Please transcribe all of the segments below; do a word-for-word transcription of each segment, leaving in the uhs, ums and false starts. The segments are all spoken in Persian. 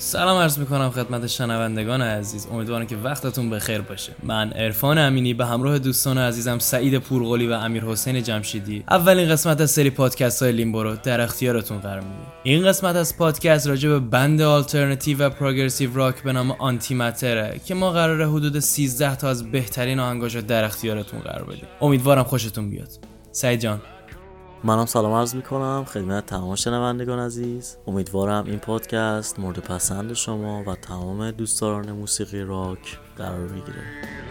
سلام عرض میکنم خدمت شنوندگان عزیز، امیدوارم که وقتتون بخیر باشه. من عرفان امینی به همراه دوستان عزیزم سعید پورقلی و امیر حسین جمشیدی اولین قسمت از سری پادکست های لیمبو رو در اختیارتون قرار میدیم. این قسمت از پادکست راجع به بند آلترناتیو و پروگرسیو راک به نام آنتی ماتره که ما قراره حدود سیزده تا از بهترین آهنگاش رو در اختیارتون قرار بدیم. امیدوارم خوشتون بیاد. سعید جان. منم سلام عرض میکنم خدمت تمام شنوندگان عزیز. امیدوارم این پادکست مورد پسند شما و تمام دوستداران موسیقی راک قرار بگیره.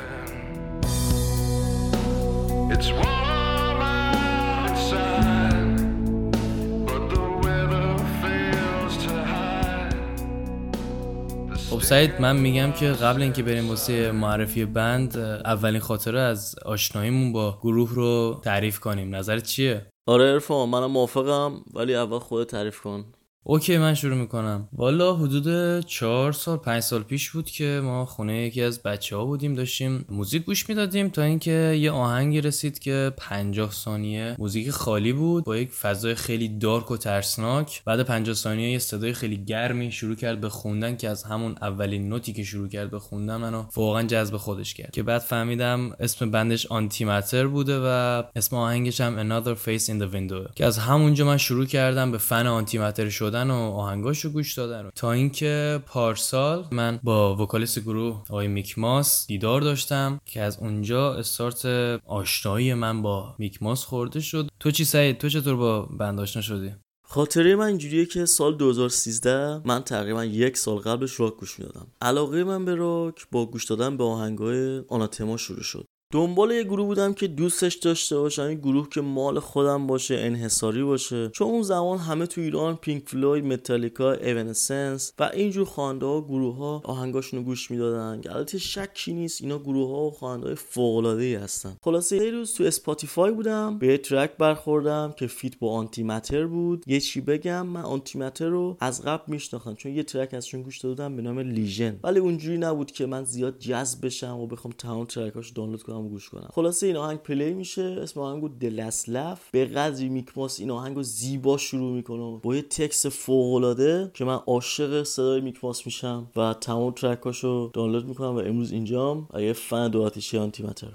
خب سعید، من میگم که قبل اینکه بریم واسه معرفی بند، اولین خاطره از آشناییمون با گروه رو تعریف کنیم. نظرت چیه؟ آره عرفان، منم موافقم، ولی اول خودت تعریف کن. اوکی، من شروع میکنم. والا حدود چهار سال پنج سال پیش بود که ما خونه یکی از بچه ها بودیم، داشتیم موزیک گوش میدادیم تا اینکه یه آهنگی رسید که پنجاه ثانیه موزیک خالی بود با یک فضای خیلی دارک و ترسناک. بعد پنجاه ثانیه یه صدای خیلی گرمی شروع کرد به خوندن که از همون اولین نوتی که شروع کرد به خوندن منو واقعا جذب خودش کرد، که بعد فهمیدم اسم بندش آنتی ماتر بوده و اسم آهنگش هم Another Face in the Window، که از همونجا من شروع کردم به فن آنتی ماتر شدن و آهنگاشو گوش دادن، تا اینکه پارسال من با وکالیست گروه آقای میک ماس دیدار داشتم که از اونجا استارت آشنایی من با میک ماس خورده شد. تو چی سعید؟ تو چطور با بند آشنا شدی؟ خاطره من اینجوریه که سال دو هزار و سیزده من تقریبا یک سال قبلش راک گوش میدادم. علاقه من به راک با گوش دادن به آهنگای آناتما شروع شد. دنبال یه گروه بودم که دوستش داشته باشم، این گروه که مال خودم باشه، انحصاری باشه، چون اون زمان همه تو ایران پینک فلوید، متالیکا، ایونسنس و اینجور خواننده ها گروه ها آهنگاشونو گوش میدادن. البته شکی نیست اینا گروه ها و خواننده های فوق العاده ای هستن. خلاصه یه روز تو اسپاتیفای بودم، به یه ترک برخوردم که فیت با آنتی ماتر بود. یه چی بگم، من آنتی ماتر رو از قبل میشناختم چون یه ترک ازشون گوش دادم به نام لیژن، ولی اونجوری نبود که من زیاد جذب بشم و بخوام تمام ترکاشو دانلود کنم گوش کنم. خلاصه این آهنگ پلی میشه، اسم آهنگو دلسلف. به قدری میک ماس این آهنگو زیبا شروع میکنه با یه تکست فوق العاده که من عاشق صدای میک ماس میشم و تمام ترکاشو دانلود میکنم و امروز اینجام و یه فن دو آتیشی آنتی ماتر.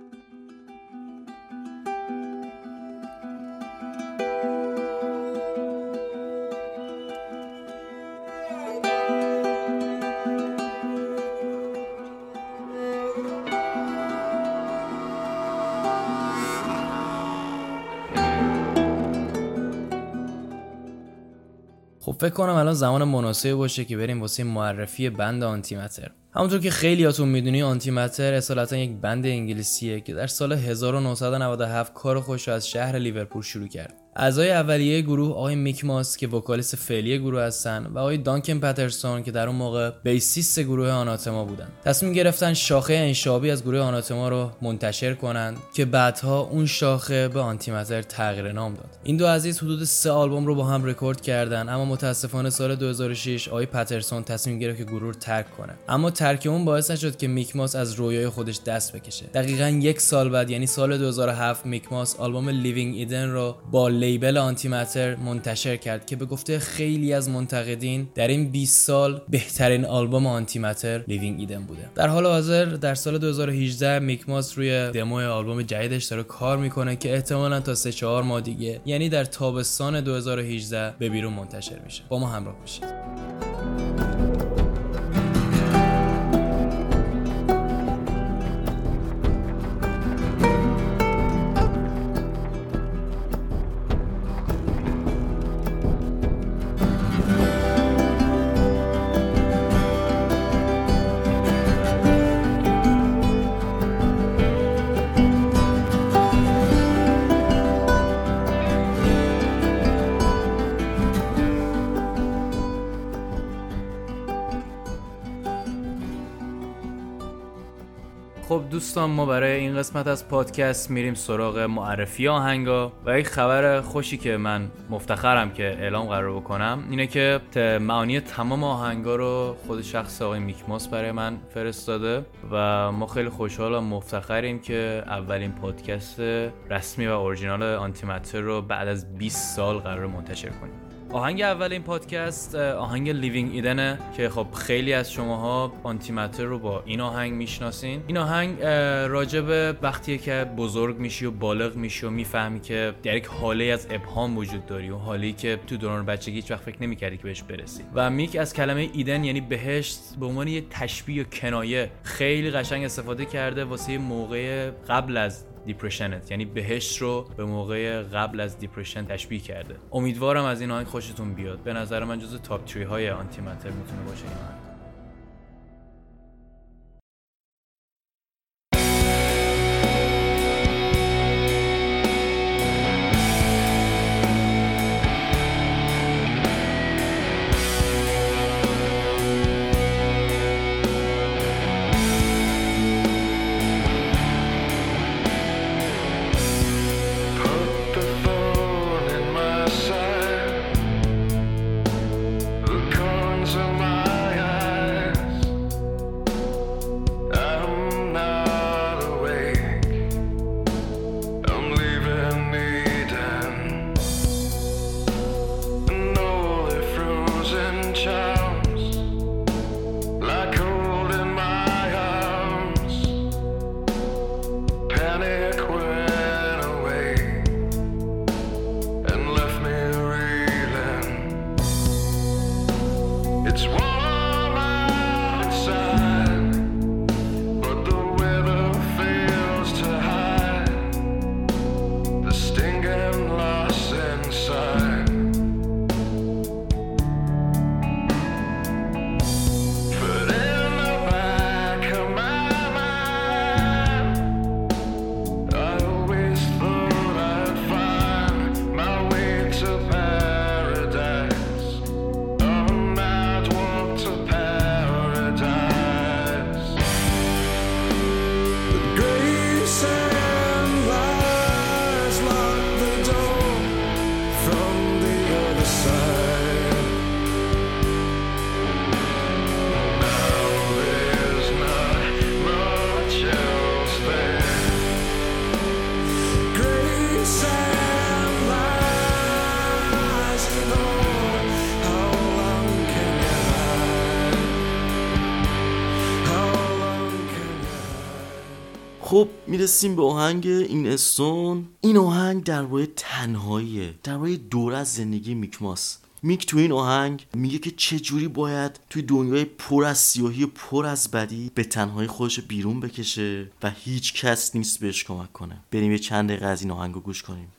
خب فکر کنم الان زمان مناسبی باشه که بریم واسه معرفی بند آنتی ماتر. همونطور که خیلیاتون میدونی، آنتی ماتر اصالتا یک بند انگلیسیه که در سال هزار و نهصد و نود و هفت کار خودش از شهر لیورپول شروع کرد. اعضای اولیه گروه آقای میک ماس که وکالیست فعلی گروه هستن و آقای دانکن پترسون که در اون موقع بیسیست گروه آناتما بودن، تصمیم گرفتن شاخه انشابی از گروه آناتما رو منتشر کنند که بعدها اون شاخه به آنتی ماتر تغییر نام داد. این دو عزیز حدود سه آلبوم رو با هم رکورد کردن، اما متاسفانه سال دو هزار و شش آقای پترسون تصمیم گرفت که گروه رو ترک کنه. اما ترک اون باعث نشد که میک ماس از رویای خودش دست بکشه. دقیقاً یک سال بعد، یعنی سال دو هزار و هفت، میک ماس آلبوم لیوینگ ایدن رو با لیبل آنتی ماتر منتشر کرد که به گفته خیلی از منتقدین در این بیست سال بهترین آلبوم آنتی ماتر لیوینگ ایدن بوده. در حال حاضر در سال دو هزار و هجده میک ماس روی دمو آلبوم جدیدش داره کار میکنه که احتمالاً تا سه چهار ماه دیگه، یعنی در تابستان دو هزار و هجده به بیرون منتشر میشه. با ما همراه باشید. خب دوستان، ما برای این قسمت از پادکست میریم سراغ معرفی آهنگا و یک خبر خوشی که من مفتخرم که اعلام قرار بکنم اینه که معانی تمام آهنگا رو خود شخص آقای میک ماس برای من فرستاده و ما خیلی خوشحال و مفتخریم که اولین پادکست رسمی و اورجینال آنتی ماتر رو بعد از بیست سال قرار منتشر کنیم. آهنگ اول این پادکست آهنگ لیوینگ ایدنه که خب خیلی از شماها آنتی متر رو با این آهنگ میشناسین. این آهنگ راجب وقتیه که بزرگ میشی و بالغ میشی و میفهمی که در یک حاله از ابهام وجود داری و حالی که تو دوران بچگی هیچ وقت فکر نمی‌کردی که بهش برسی. و میک از کلمه ایدن یعنی بهشت به عنوان یه تشبیه و کنایه خیلی قشنگ استفاده کرده واسه موقع قبل از دیپرشنت، یعنی بهشت رو به موقع قبل از دیپرشن تشبیه کرده. امیدوارم از این آهنگ خوشتون بیاد. به نظر من جزو تاپ تری های آنتی متر میتونه باشه این آهنگ. خب میرسیم به آهنگ این استون. این آهنگ درباره تنهاییه، درباره دوره از زندگی میک ماس. میک تو این آهنگ میگه که چجوری باید توی دنیای پر از سیاهی و پر از بدی به تنهایی خودش بیرون بکشه و هیچ کس نیست بهش کمک کنه. بریم یه چند دقیقه از این آهنگ رو گوش کنیم.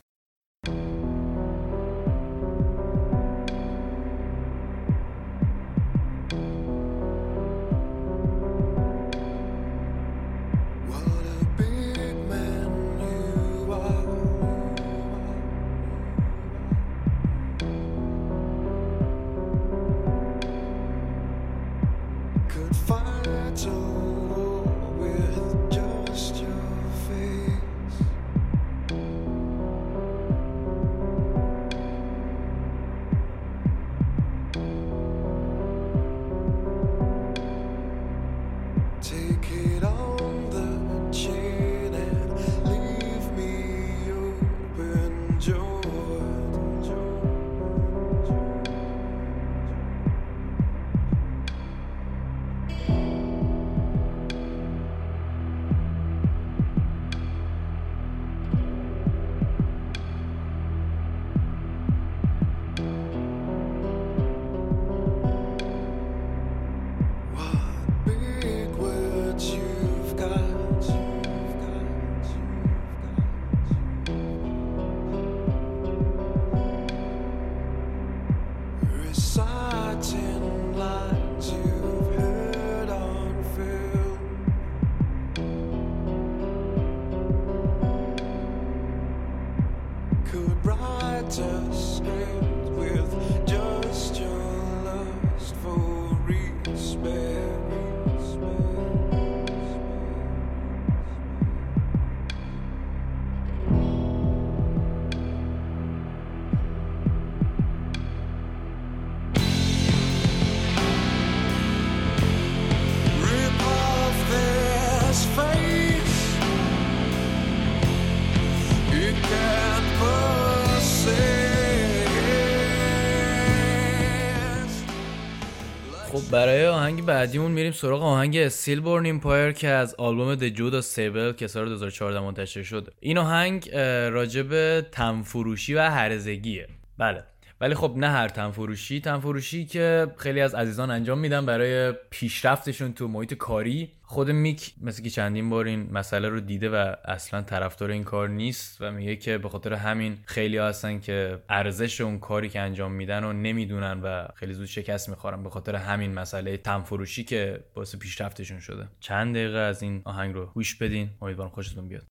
خب برای آهنگ بعدیمون میریم سراغ آهنگ Still Born Empire که از آلبوم The Judas Table که سال دو هزار و چهارده منتشر شده. این آهنگ راجب تنفروشی و هرزگیه. بله، ولی خب نه هر تنفروشی، تنفروشی که خیلی از عزیزان انجام میدن برای پیشرفتشون تو محیط کاری. خود میک مثل که چندین بار این مسئله رو دیده و اصلا طرفدار این کار نیست و میگه که به خاطر همین خیلی ها هستن که ارزش اون کاری که انجام میدن رو نمیدونن و خیلی زود شکست میخورن به خاطر همین مسئله تنفروشی که باعث پیشرفتشون شده. چند دقیقه از این آهنگ رو گوش بدین، امیدوارم خوشتون بیاد.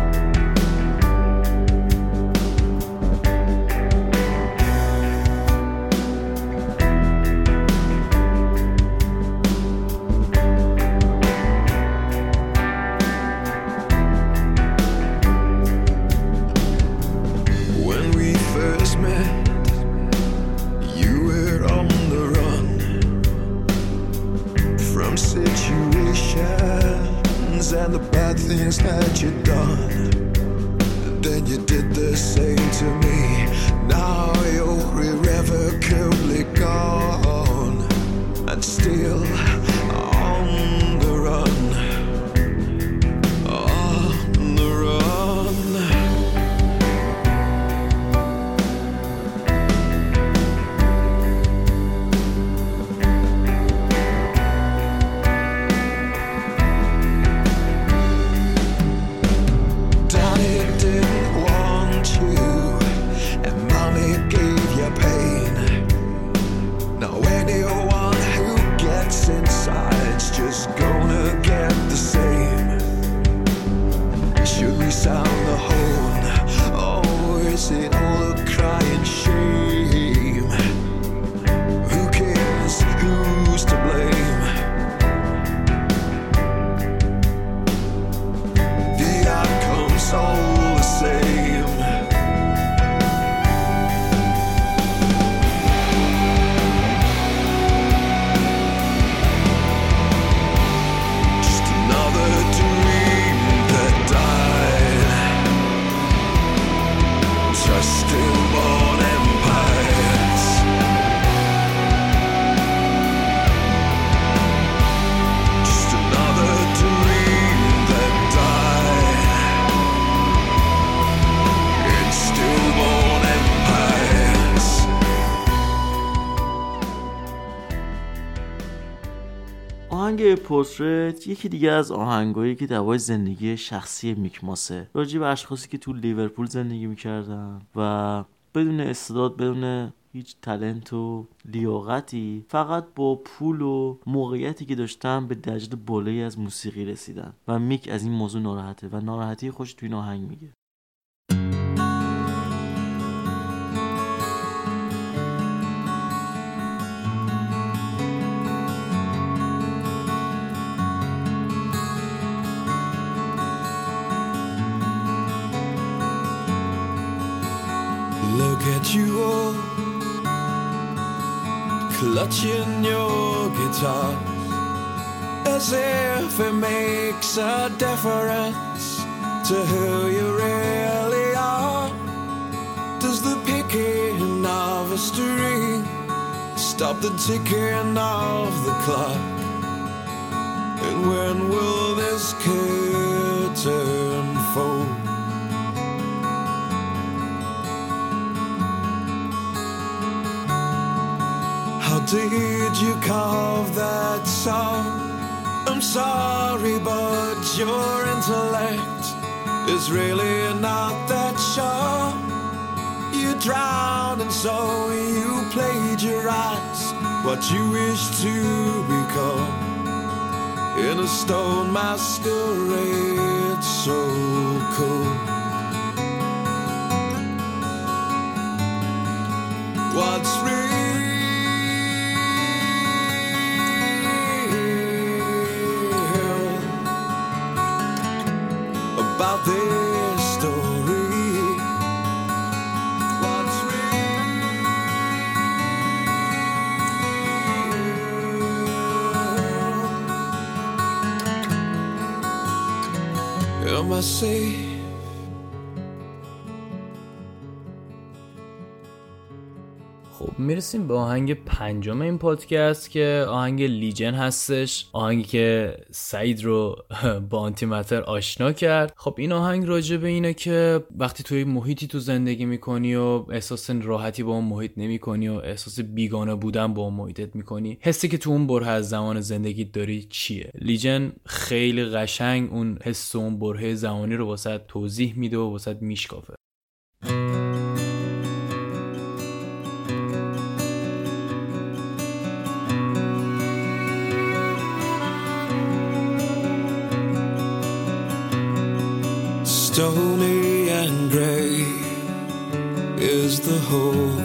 And the bad things that you've done, then you did the same to me. Now you're irrevocably gone and still on the run, on the run. آهنگ پورتریت یکی دیگه از آهنگایی که درباره زندگی شخصی میک ماسه، راجع به اشخاصی که تو لیورپول زندگی میکردن و بدون استعداد، بدون هیچ تالنت و لیاقتی، فقط با پول و موقعیتی که داشتن به درجه بالایی از موسیقی رسیدن و میک از این موضوع ناراحته و ناراحتی خوش تو این آهنگ میگه. Look at you all, clutching your guitar, as if it makes a difference to who you really are. Does the picking of a string stop the ticking of the clock? And when will this curtain fall? How did you carve that song? I'm sorry, but your intellect is really not that sharp. You drowned and so you plagiarize what you wish to become in a stone masquerade so cool. What's real about this story? What's real? Am I safe? خب میرسیم به آهنگ پنجم این پادکست که آهنگ لیجن هستش، آهنگی که سعید رو با آنتی متر آشنا کرد. خب این آهنگ راجع به اینه که وقتی توی محیطی تو زندگی میکنی و احساس راحتی با اون محیط نمیکنی و احساس بیگانه بودن با اون محیطت میکنی، حسی که تو اون بره از زمان زندگی داری چیه؟ لیجن خیلی قشنگ اون حس و اون بره زمانی رو واسه توضیح میده و واسه میشکافه. Stony and grey is the whole,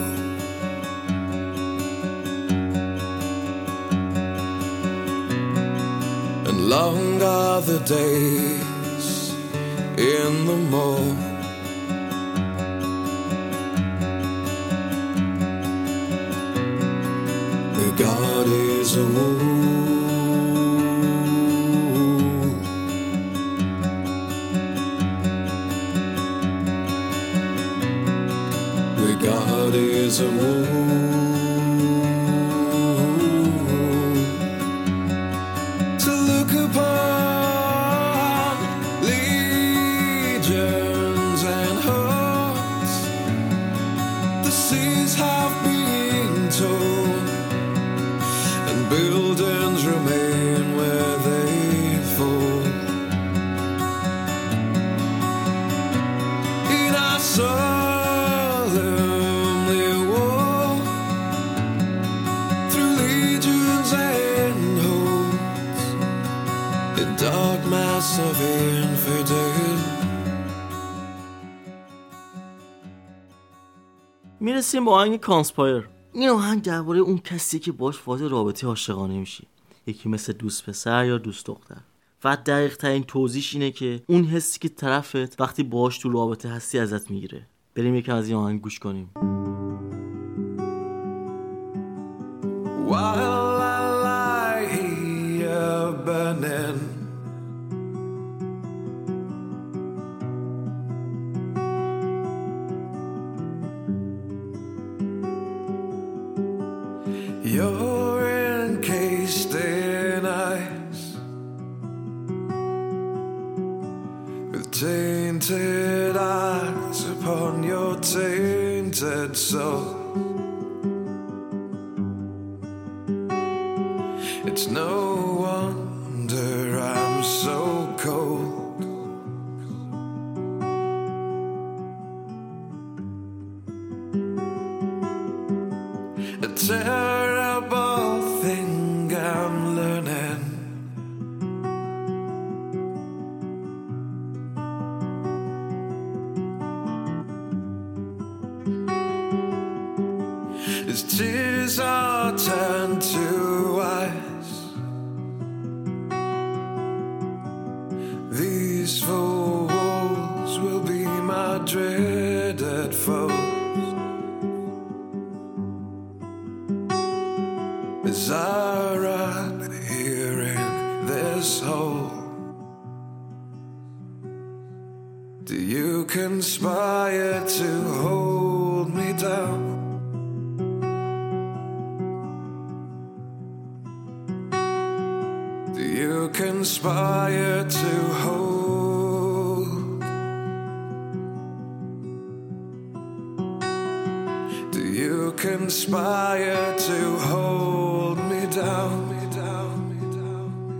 and long are the days in the mold. God is a wound. God is a wound to look upon legions and hearts. The seas have been torn and buildings remain where they fall. In our soul dark mass of infidel. میرسیم با آهنگ کانسپایر. این آهنگ درباره اون کسی که باش وارد رابطه عاشقانه میشی، یکی مثل دوست پسر یا دوست دختر. و دقیق ترین توضیحش اینه که اون حسی که طرفت وقتی باش تو رابطه هستی ازت میگیره. بریم یکم از این آهنگ گوش کنیم. While I lie here burning, you're encased in ice with tainted eyes upon your tainted soul. It's no wonder I'm so cold. A terrible thing I'm learning. As tears are turned to ice, these four walls will be my dreaded foes. As I rot here in this hole, do you conspire to hold me down? Do you conspire to hold? Do you conspire to hold me down? Me down, me down, me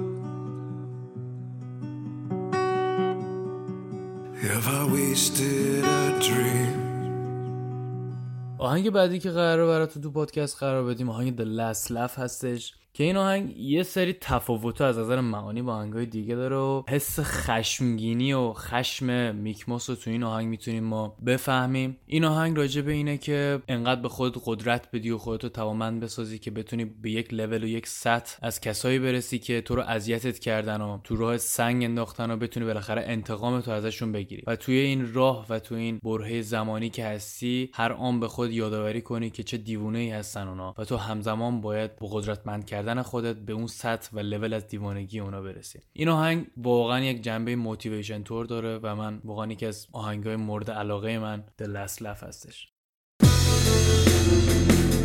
down. Have I wasted a dream? آهنگ بعدی که قراره براتون تو پادکست قرار بدیم آهنگ The Last Laugh هستش که این آهنگ یه سری تفاوت از نظر معانی با آهنگای دیگه داره و حس خشمگینی و خشم میکموس رو تو این آهنگ میتونیم ما بفهمیم. این آهنگ راجع به اینه که انقدر به خودت قدرت بدی و خودتو توانمند بسازی که بتونی به یک لول و یک سطح از کسایی برسی که تو رو اذیتت کردن و تو راه سنگ انداختن و بتونی بالاخره انتقام تو ازشون بگیری و توی این راه و تو این برهه زمانی که هستی هر آن به خود یادآوری کنی که چه دیوونه‌ای هستن اونا و تو همزمان باید با قدرتمند کردن خودت به اون سطح و لول از دیوانگی اونا برسی. این آهنگ واقعا یک جنبه موتیویشن تور داره و من واقعا یکی از آهنگای مورد علاقه من The Last Laugh هستش.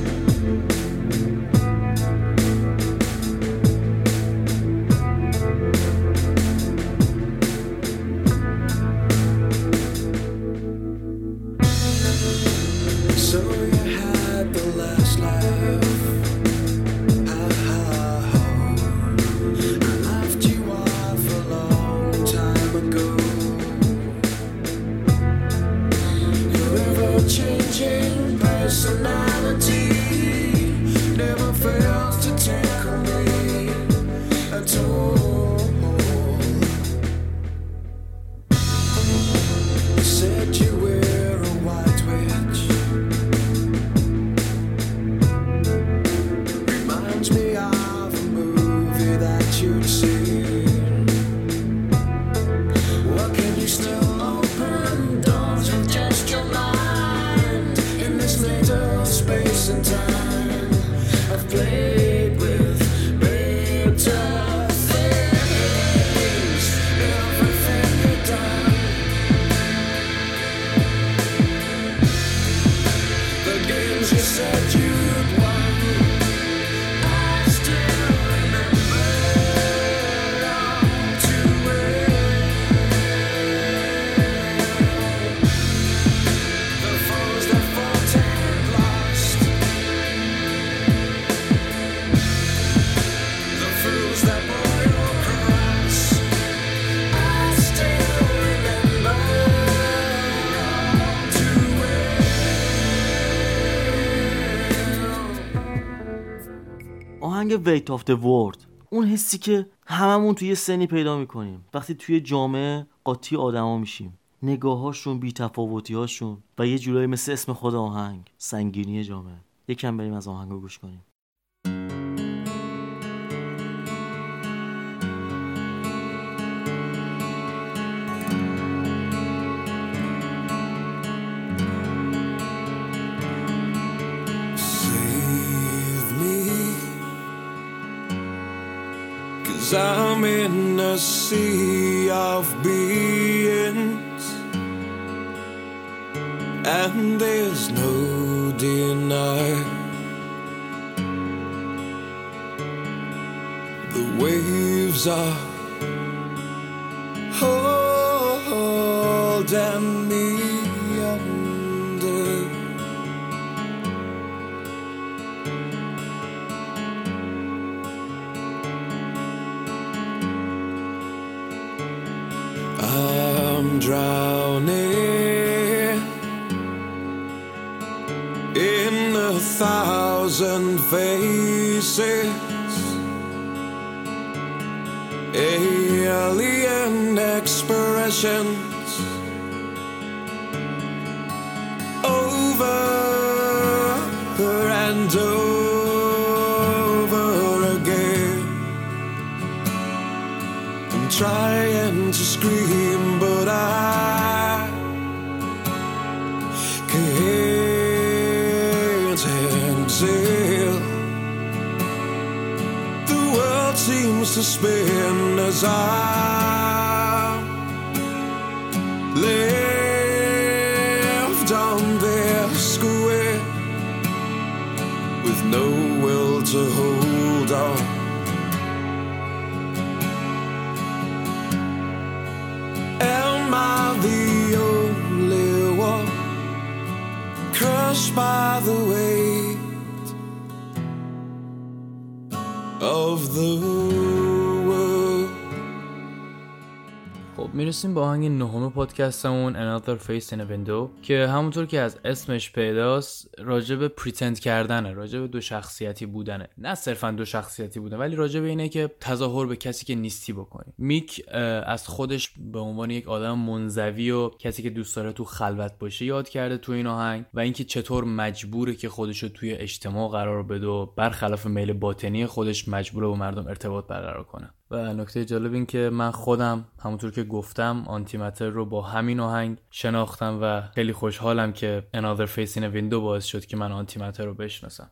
آهنگ Weight of the World، اون حسی که هممون توی سنی پیدا میکنیم وقتی توی جامعه قاطی آدما میشیم، نگاهاشون، بی‌تفاوتی‌هاشون و یه جورایی مثل اسم خود آهنگ، سنگینی جامعه. یکم بریم از آهنگو گوش کنیم. I'm in a sea of beings, and there's no denying the waves are holding me under. I'm drowning in a thousand faces, alien expressions over and over again. I'm trying to scream, but I can't exhale. The world seems to spin as I'm left on this square with no will to hold on. Am I the only one crushed by the weight of the world? خب میرسیم با آهنگ نهم پادکستمون Another Face in a Window که همونطور که از اسمش پیداست راجع به پریتند کردنه، راجع به دو شخصیتی بودنه، نه صرفا دو شخصیتی بودن ولی راجع به اینه که تظاهر به کسی که نیستی بکنی. میک از خودش به عنوان یک آدم منزوی و کسی که دوست داره تو خلوت باشه یاد کرده تو این آهنگ و اینکه چطور مجبوره که خودشو توی اجتماع قرار بده و برخلاف میل باطنی خودش مجبوره با مردم ارتباط برقرار کنه. و نکته جالب این که من خودم همونطور که گفتم آنتی متر رو با همین آهنگ شناختم و خیلی خوشحالم که Another Face in a Window باعث شد که من آنتی متر رو بشناسم.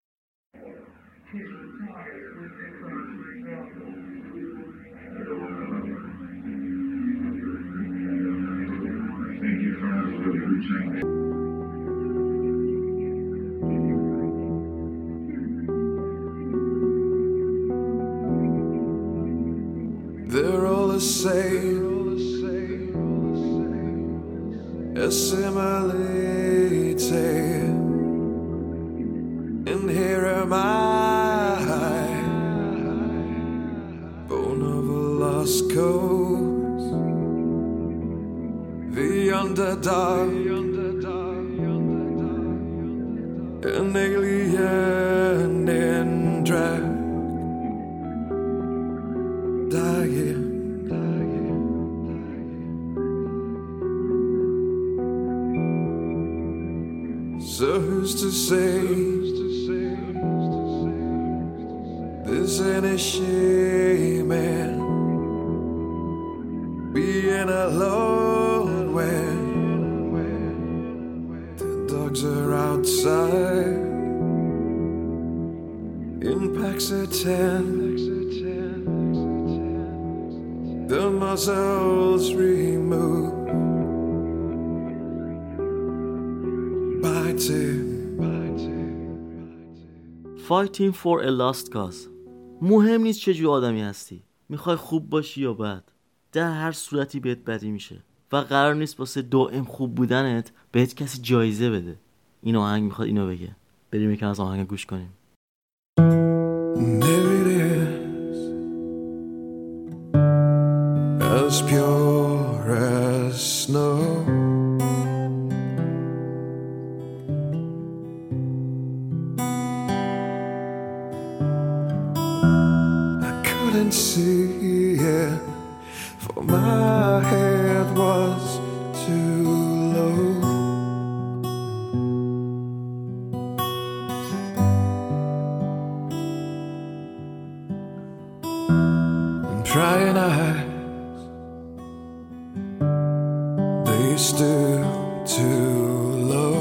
They're all the same, assimilated, and here am I, born of a lost cause, the underdog, an alien in drag. Dying, dying, dying. So who's to say there's any shame in being alone when the dogs are outside in packs of ten? The muzzles remove, biting, biting. Fighting for a lost cause. مهم نیست چه جور آدمی هستی، میخوای خوب باشی یا بد، در هر صورتی بهت بدی میشه و قرار نیست واسه دائم خوب بودنت بهت کسی جایزه بده. این آهنگ میخواد اینو بگه. بریم یکم از آهنگ گوش کنیم. As pure as snow, couldn't see it, for my head was too low. And prying eyes, they stood too low.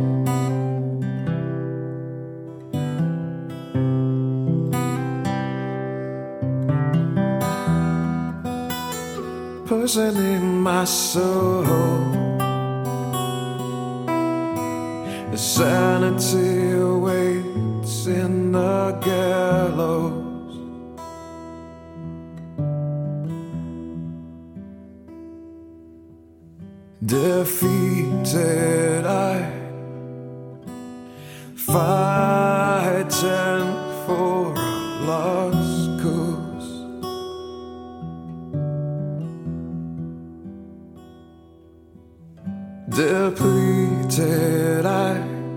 Poisoning my soul, the sanity awaits in the gallows. Defeated I, fighting for a lost cause. Depleted I,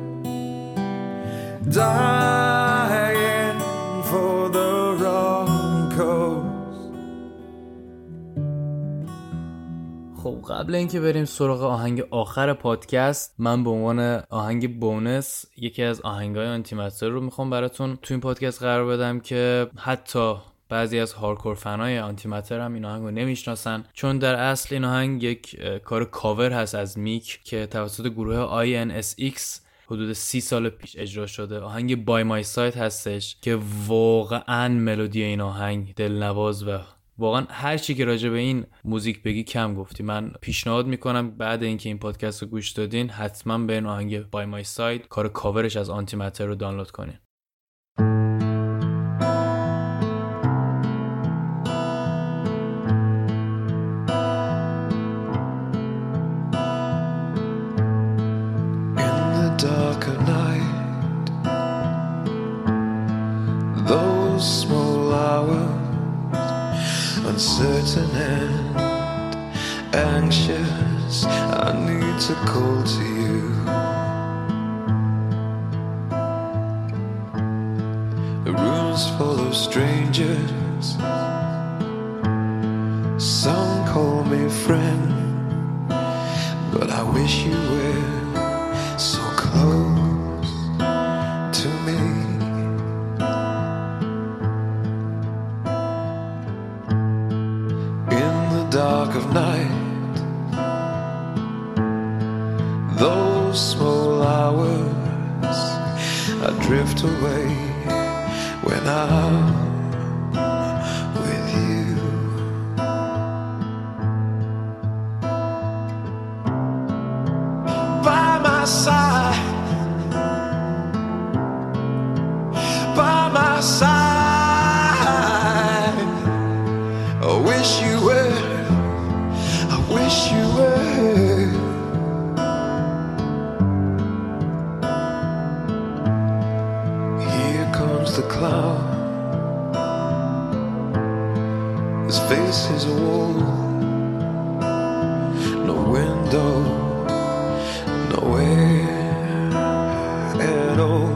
dying for the wrong cause. خب قبل اینکه بریم سراغ آهنگ آخر پادکست، من به عنوان آهنگ بونس یکی از آهنگای آنتیمتر رو میخوام براتون تو این پادکست قرار بدم که حتی بعضی از هاردکور فنای آنتیمتر هم این آهنگ رو نمیشناسن، چون در اصل این آهنگ یک کار کاور هست از میک که توسط گروه آی ان اس ایکس حدود سی سال پیش اجرا شده. آهنگ بای مای سایت هستش که واقعا ملودی این آهنگ دلنواز و واقعا هر چی که راجع به این موزیک بگی کم گفتی. من پیشنهاد میکنم بعد اینکه این پادکست رو گوش دادین حتما به این آهنگ بای مای سایت، کار کاورش از آنتیمتر، رو دانلود کنین. Dark of night, those small hours, uncertain and anxious, I need to call to you. The room's full of strangers, some call me friend, but I wish you were so close to me. In the dark of night, those small hours, I drift away when I'm with you. By my side, by my side, I wish you were, I wish you were. Here comes the clown, his face is a wall, no window, nowhere at all.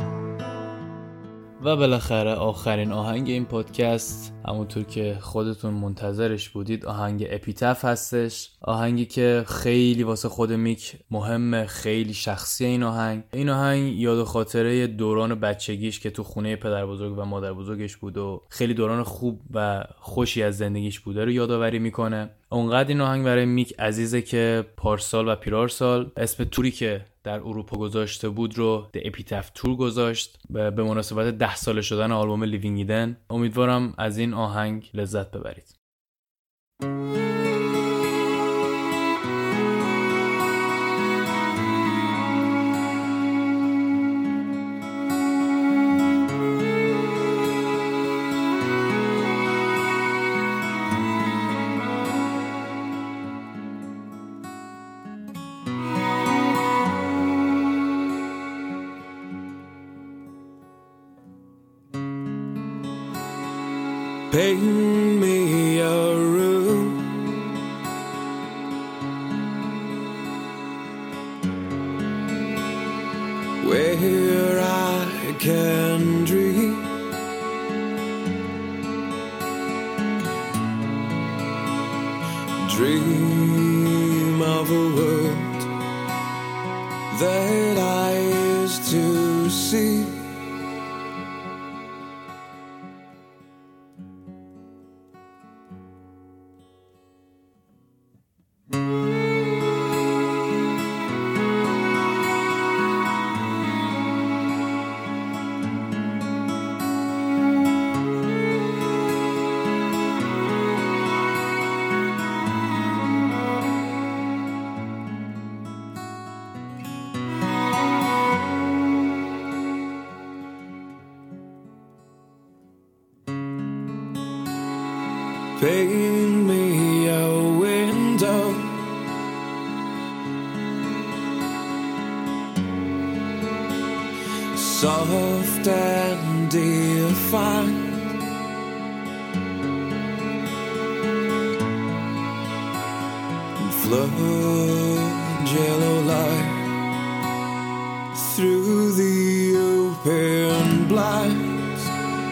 و بالاخره آخرین آهنگ این پادکست، همونطور که خودتون منتظرش بودید، آهنگ اپیتاف هستش. آهنگی که خیلی واسه خود میک مهمه، خیلی شخصی. این آهنگ این آهنگ یاد و خاطره دوران بچگیش که تو خونه پدر بزرگ و مادر بزرگش بود و خیلی دوران خوب و خوشی از زندگیش بوده رو یادآوری میکنه. اونقدر این آهنگ برای میک عزیزه که پارسال و پیرارسال اسم توری که در اروپا گذاشته بود رو The Epitaph Tour گذاشت به مناسبت ده ساله شدن آلبوم لیوینگ ایدن. امیدوارم از این آهنگ لذت ببرید. Paint me a room where I can dream dream of a world that I used to see. Paint me a window, soft and defiant, and flood yellow light through the open blinds.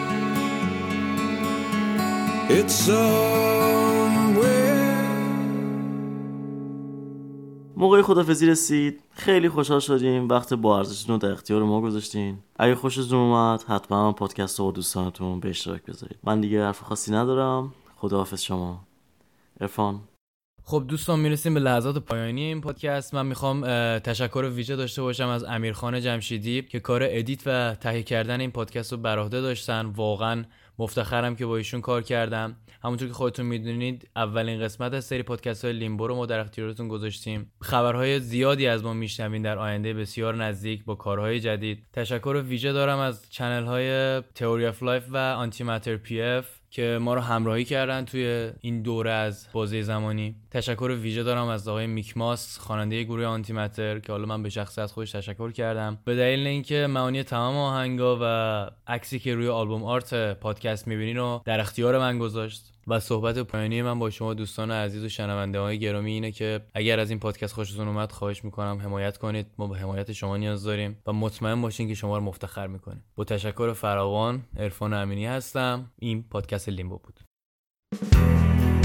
It's somewhere. موقع خدافظی رسید. خیلی خوشحال شدیم وقت با ارزشتون رو در اختیار ما گذاشتین. اگه خوشتون اومد حتما پادکست رو با دوستانتون به اشتراک بذارید. من دیگه حرف خاصی ندارم. خداحافظ شما. عرفان. خب دوستان میرسیم به لحظات پایانی این پادکست. من میخوام تشکر ویژه داشته باشم از امیرخان جمشیدی که کار ادیت و تهیه کردن این پادکست رو بر عهده داشتن. واقعا مفتخرم که با ایشون کار کردم. همونطور که خودتون میدونید اولین قسمت از سری پادکست های لیمبو رو ما در اختیارتون گذاشتیم. خبرهای زیادی از ما میشنوین در آینده بسیار نزدیک با کارهای جدید. تشکر ویژه دارم از چنل های تئوری اف لایف و آنتی ماتر پی اف که ما رو همراهی کردن توی این دوره از بازه زمانی. تشکر ویژه دارم از آقای میکماس خواننده گروه آنتی ماتر که حالا من به شخصه از خودش تشکر کردم به دلیل اینکه معانی تمام آهنگا و عکسی که روی آلبوم آرت پادکست می‌بینین رو در اختیار من گذاشت. و صحبت پایانی من با شما دوستان عزیز و شنونده‌های گرامی اینه که اگر از این پادکست خوشتون اومد خواهش می‌کنم حمایت کنید. ما به حمایت شما نیاز داریم و مطمئن باشین که شما رو مفتخر می‌کنیم. با تشکر فراوان، عرفان امینی هستم. این پادکست لیمبو بود.